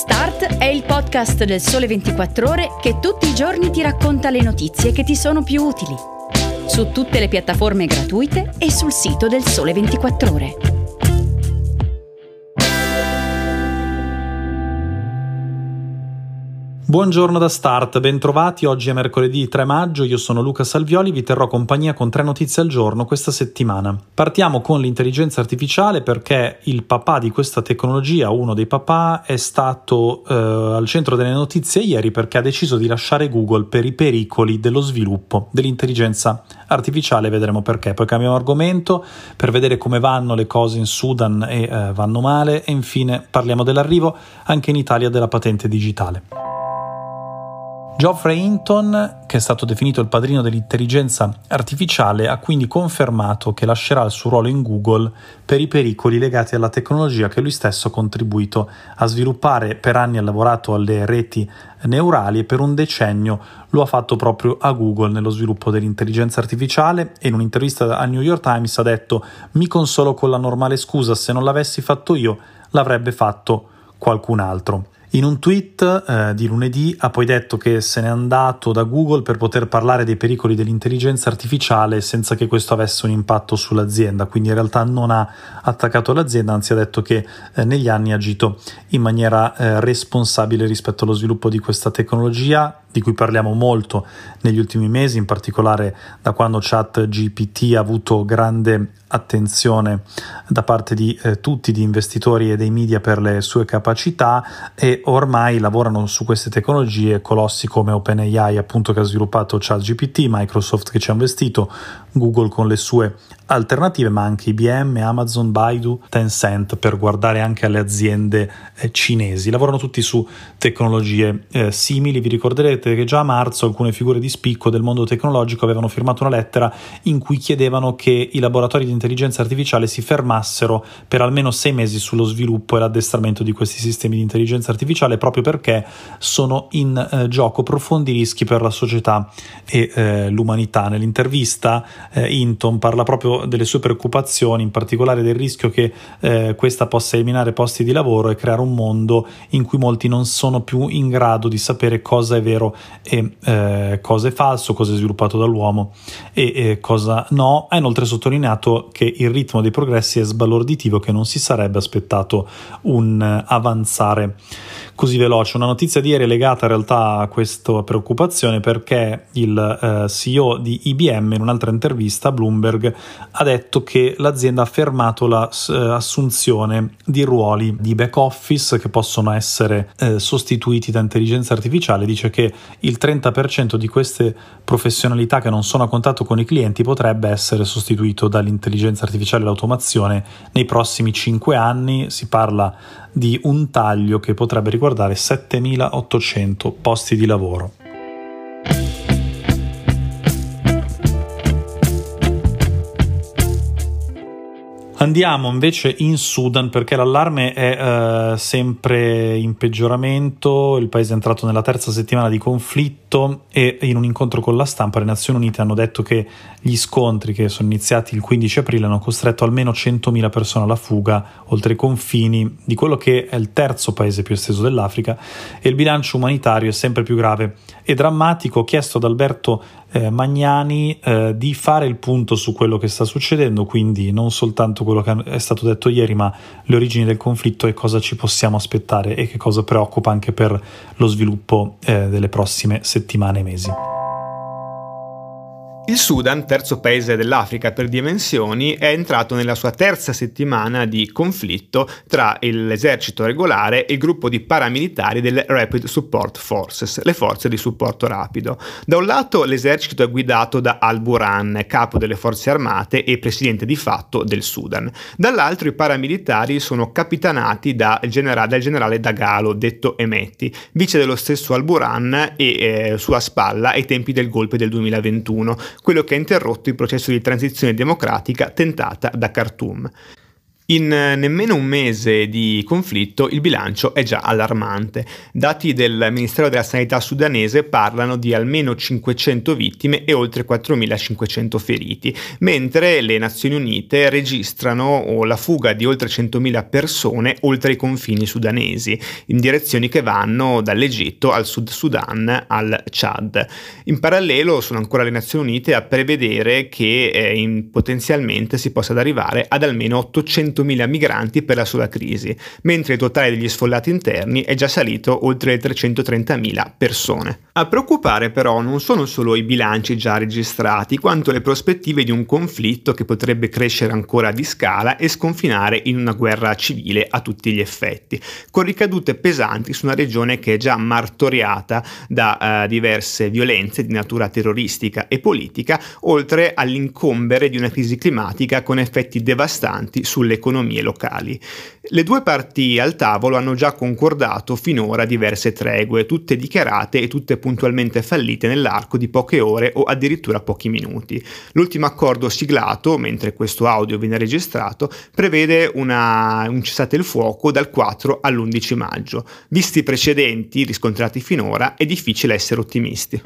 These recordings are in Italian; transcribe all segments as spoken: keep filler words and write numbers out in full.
Start è il podcast del Sole ventiquattro Ore che tutti i giorni ti racconta le notizie che ti sono più utili. Su tutte le piattaforme gratuite e sul sito del Sole ventiquattro Ore. Buongiorno da Start, bentrovati. Oggi è mercoledì tre maggio, io sono Luca Salvioli, vi terrò compagnia con tre notizie al giorno questa settimana. Partiamo con l'intelligenza artificiale perché il papà di questa tecnologia, uno dei papà, è stato eh, al centro delle notizie ieri perché ha deciso di lasciare Google per i pericoli dello sviluppo dell'intelligenza artificiale. Vedremo perché. Poi cambiamo argomento per vedere come vanno le cose in Sudan e eh, vanno male, e infine parliamo dell'arrivo anche in Italia della patente digitale. Geoffrey Hinton, che è stato definito il padrino dell'intelligenza artificiale, ha quindi confermato che lascerà il suo ruolo in Google per i pericoli legati alla tecnologia che lui stesso ha contribuito a sviluppare. Per anni ha lavorato alle reti neurali e per un decennio lo ha fatto proprio a Google nello sviluppo dell'intelligenza artificiale, e in un'intervista al New York Times ha detto: mi consolo con la normale scusa, se non l'avessi fatto io l'avrebbe fatto qualcun altro. In un tweet eh, di lunedì ha poi detto che se n'è andato da Google per poter parlare dei pericoli dell'intelligenza artificiale senza che questo avesse un impatto sull'azienda, quindi in realtà non ha attaccato l'azienda, anzi ha detto che eh, negli anni ha agito in maniera eh, responsabile rispetto allo sviluppo di questa tecnologia, di cui parliamo molto negli ultimi mesi, in particolare da quando ChatGPT ha avuto grande attenzione da parte di eh, tutti, di investitori e dei media, per le sue capacità, e ormai lavorano su queste tecnologie colossi come OpenAI, appunto, che ha sviluppato ChatGPT, Microsoft che ci ha investito, Google con le sue alternative, ma anche I B M, Amazon, Baidu, Tencent, per guardare anche alle aziende eh, cinesi. Lavorano tutti su tecnologie eh, simili. Vi ricorderete che già a marzo alcune figure di spicco del mondo tecnologico avevano firmato una lettera in cui chiedevano che i laboratori di intelligenza artificiale si fermassero per almeno sei mesi sullo sviluppo e l'addestramento di questi sistemi di intelligenza artificiale, proprio perché sono in eh, gioco profondi rischi per la società e eh, l'umanità. Nell'intervista eh, Hinton parla proprio delle sue preoccupazioni, in particolare del rischio che eh, questa possa eliminare posti di lavoro e creare un mondo in cui molti non sono più in grado di sapere cosa è vero e eh, cosa è falso, cosa è sviluppato dall'uomo e eh, cosa no. Ha inoltre sottolineato che il ritmo dei progressi è sbalorditivo, che non si sarebbe aspettato un uh, avanzare così veloce. Una notizia di ieri legata in realtà a questa preoccupazione, perché il uh, C E O di I B M in un'altra intervista a Bloomberg ha detto che l'azienda ha fermato l'assunzione la, uh, di ruoli di back office che possono essere uh, sostituiti da intelligenza artificiale. Dice che il trenta per cento di queste professionalità che non sono a contatto con i clienti potrebbe essere sostituito dall'intelligenza artificiale e l'automazione nei prossimi cinque anni. Si parla di un taglio che potrebbe riguardare settemilaottocento posti di lavoro. Andiamo invece in Sudan, perché l'allarme è eh, sempre in peggioramento. Il paese è entrato nella terza settimana di conflitto e in un incontro con la stampa le Nazioni Unite hanno detto che gli scontri, che sono iniziati il quindici aprile, hanno costretto almeno centomila persone alla fuga oltre i confini di quello che è il terzo paese più esteso dell'Africa, e il bilancio umanitario è sempre più grave e drammatico. Ho chiesto ad Alberto eh, Magnani eh, di fare il punto su quello che sta succedendo, quindi non soltanto quello che è stato detto ieri, ma le origini del conflitto e cosa ci possiamo aspettare e che cosa preoccupa anche per lo sviluppo eh, delle prossime settimane e mesi. Il Sudan, terzo paese dell'Africa per dimensioni, è entrato nella sua terza settimana di conflitto tra l'esercito regolare e il gruppo di paramilitari delle Rapid Support Forces, le forze di supporto rapido. Da un lato l'esercito è guidato da Al-Burhan, capo delle forze armate e presidente di fatto del Sudan. Dall'altro i paramilitari sono capitanati da genera- dal generale Dagalo, detto Hemeti, vice dello stesso Al-Burhan e eh, sua spalla ai tempi del golpe del duemilaventuno, quello che ha interrotto il processo di transizione democratica tentata da Khartoum. In nemmeno un mese di conflitto il bilancio è già allarmante. Dati del Ministero della Sanità sudanese parlano di almeno cinquecento vittime e oltre quattromilacinquecento feriti, mentre le Nazioni Unite registrano la fuga di oltre centomila persone oltre i confini sudanesi, in direzioni che vanno dall'Egitto al Sud Sudan al Chad. In parallelo sono ancora le Nazioni Unite a prevedere che eh, in, potenzialmente si possa arrivare ad almeno ottocentomila migranti per la sola crisi, mentre il totale degli sfollati interni è già salito oltre le trecentotrentamila persone. A preoccupare però non sono solo i bilanci già registrati, quanto le prospettive di un conflitto che potrebbe crescere ancora di scala e sconfinare in una guerra civile a tutti gli effetti, con ricadute pesanti su una regione che è già martoriata da uh, diverse violenze di natura terroristica e politica, oltre all'incombere di una crisi climatica con effetti devastanti sulle economie locali. Le due parti al tavolo hanno già concordato finora diverse tregue, tutte dichiarate e tutte puntualmente fallite nell'arco di poche ore o addirittura pochi minuti. L'ultimo accordo siglato, mentre questo audio viene registrato, prevede una, un cessate il fuoco dal quattro all'undici maggio. Visti i precedenti riscontrati finora, è difficile essere ottimisti.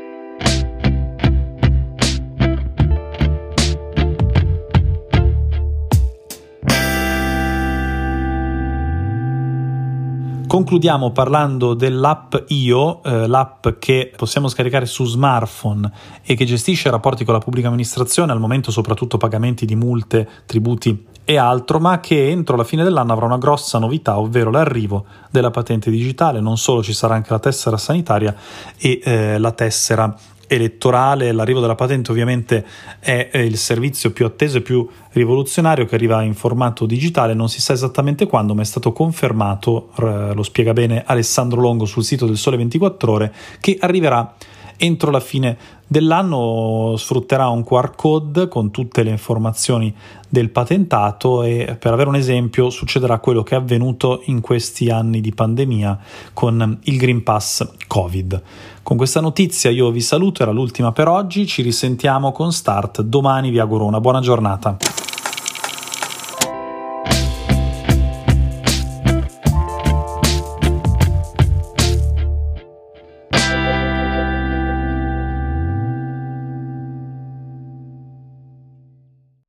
Concludiamo parlando dell'app Io, eh, l'app che possiamo scaricare su smartphone e che gestisce rapporti con la pubblica amministrazione, al momento soprattutto pagamenti di multe, tributi e altro, ma che entro la fine dell'anno avrà una grossa novità, ovvero l'arrivo della patente digitale. Non solo, ci sarà anche la tessera sanitaria e eh, la tessera elettorale. L'arrivo della patente ovviamente è il servizio più atteso e più rivoluzionario, che arriva in formato digitale, non si sa esattamente quando, ma è stato confermato, lo spiega bene Alessandro Longo sul sito del Sole ventiquattro Ore, che arriverà entro la fine dell'anno. Sfrutterà un Q R code con tutte le informazioni del patentato e, per avere un esempio, succederà quello che è avvenuto in questi anni di pandemia con il Green Pass Covid. Con questa notizia io vi saluto, era l'ultima per oggi, ci risentiamo con Start domani, vi auguro una buona giornata.